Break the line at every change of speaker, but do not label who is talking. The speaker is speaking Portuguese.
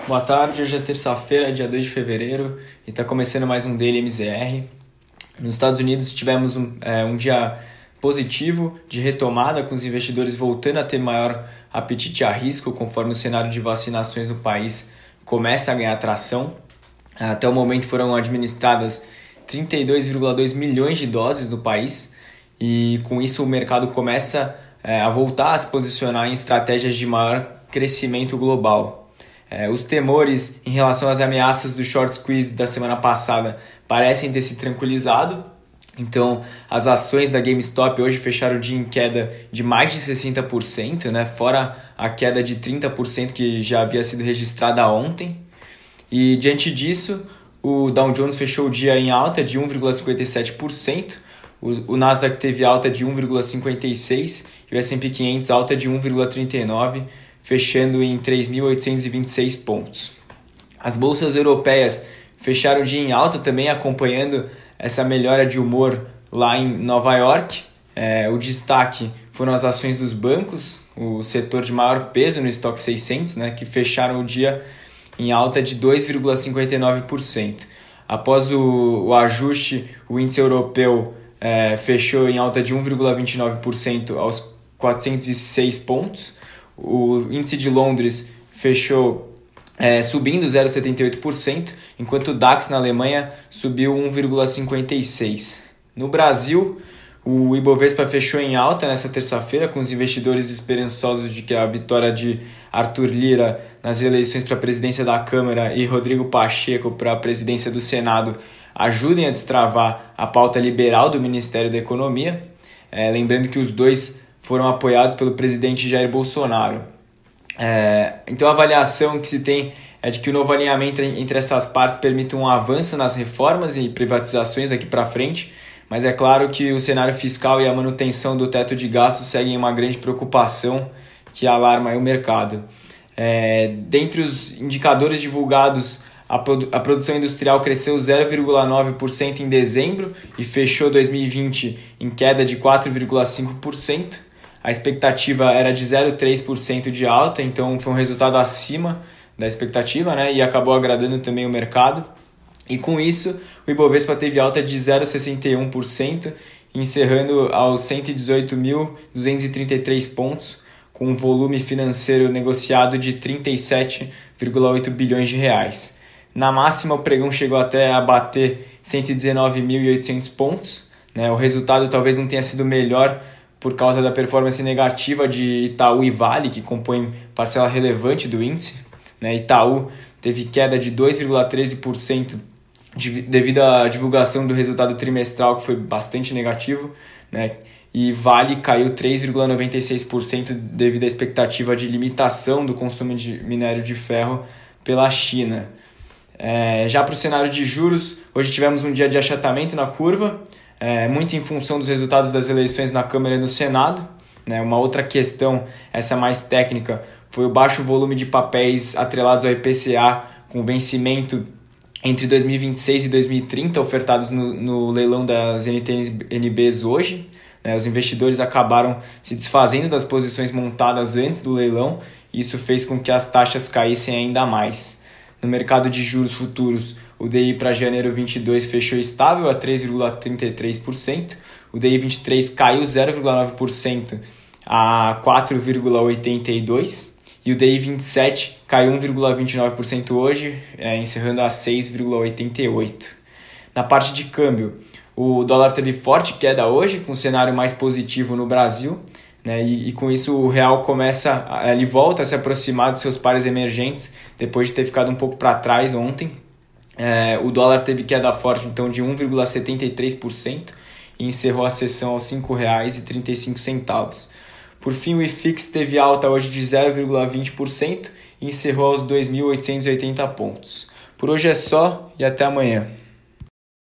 Boa tarde, hoje é terça-feira, dia 2 de fevereiro, e está começando mais um Daily MZR. Nos Estados Unidos tivemos um dia positivo de retomada, com os investidores voltando a ter maior apetite a risco, conforme o cenário de vacinações no país começa a ganhar tração. Até o momento foram administradas 32,2 milhões de doses no país, e com isso o mercado começa a voltar a se posicionar em estratégias de maior crescimento global. Os temores em relação às ameaças do short squeeze da semana passada parecem ter se tranquilizado. Então, as ações da GameStop hoje fecharam o dia em queda de mais de 60%, fora a queda de 30% que já havia sido registrada ontem. E diante disso, o Dow Jones fechou o dia em alta de 1,57%, o Nasdaq teve alta de 1,56% e o S&P 500 alta de 1,39%, fechando em 3.826 pontos. As bolsas europeias fecharam o dia em alta também, acompanhando essa melhora de humor lá em Nova York. O destaque foram as ações dos bancos, o setor de maior peso no estoque 600, que fecharam o dia em alta de 2,59%. Após o ajuste, o índice europeu fechou em alta de 1,29% aos 406 pontos. O índice de Londres fechou subindo 0,78%, enquanto o DAX na Alemanha subiu 1,56%. No Brasil, o Ibovespa fechou em alta nessa terça-feira, com os investidores esperançosos de que a vitória de Arthur Lira nas eleições para a presidência da Câmara e Rodrigo Pacheco para a presidência do Senado ajudem a destravar a pauta liberal do Ministério da Economia. Lembrando que os dois foram apoiados pelo presidente Jair Bolsonaro. Então a avaliação que se tem é de que o novo alinhamento entre essas partes permite um avanço nas reformas e privatizações daqui para frente, mas é claro que o cenário fiscal e a manutenção do teto de gastos seguem uma grande preocupação que alarma o mercado. Dentre os indicadores divulgados, a produção industrial cresceu 0,9% em dezembro e fechou 2020 em queda de 4,5%. A expectativa era de 0,3% de alta, então foi um resultado acima da expectativa, e acabou agradando também o mercado. E com isso, o Ibovespa teve alta de 0,61%, encerrando aos 118.233 pontos, com um volume financeiro negociado de 37,8 bilhões de reais. Na máxima, o pregão chegou até a bater 119.800 pontos. O resultado talvez não tenha sido melhor por causa da performance negativa de Itaú e Vale, que compõem parcela relevante do índice. Itaú teve queda de 2,13% devido à divulgação do resultado trimestral, que foi bastante negativo, e Vale caiu 3,96% devido à expectativa de limitação do consumo de minério de ferro pela China. Já para o cenário de juros, hoje tivemos um dia de achatamento na curva, muito em função dos resultados das eleições na Câmara e no Senado. Uma outra questão, essa mais técnica, foi o baixo volume de papéis atrelados ao IPCA com vencimento entre 2026 e 2030 ofertados no leilão das NTNBs hoje. Os investidores acabaram se desfazendo das posições montadas antes do leilão, e isso fez com que as taxas caíssem ainda mais. No mercado de juros futuros, o DI para janeiro 22 fechou estável a 3,33%, o DI 23 caiu 0,9% a 4,82% e o DI 27 caiu 1,29% hoje, encerrando a 6,88%. Na parte de câmbio, o dólar teve forte queda hoje, com um cenário mais positivo no Brasil, e com isso o real ele volta a se aproximar de seus pares emergentes, depois de ter ficado um pouco para trás ontem. O dólar teve queda forte então de 1,73% e encerrou a sessão aos R$ 5,35. Por fim, o IFIX teve alta hoje de 0,20% e encerrou aos 2.880 pontos. Por hoje é só e até amanhã.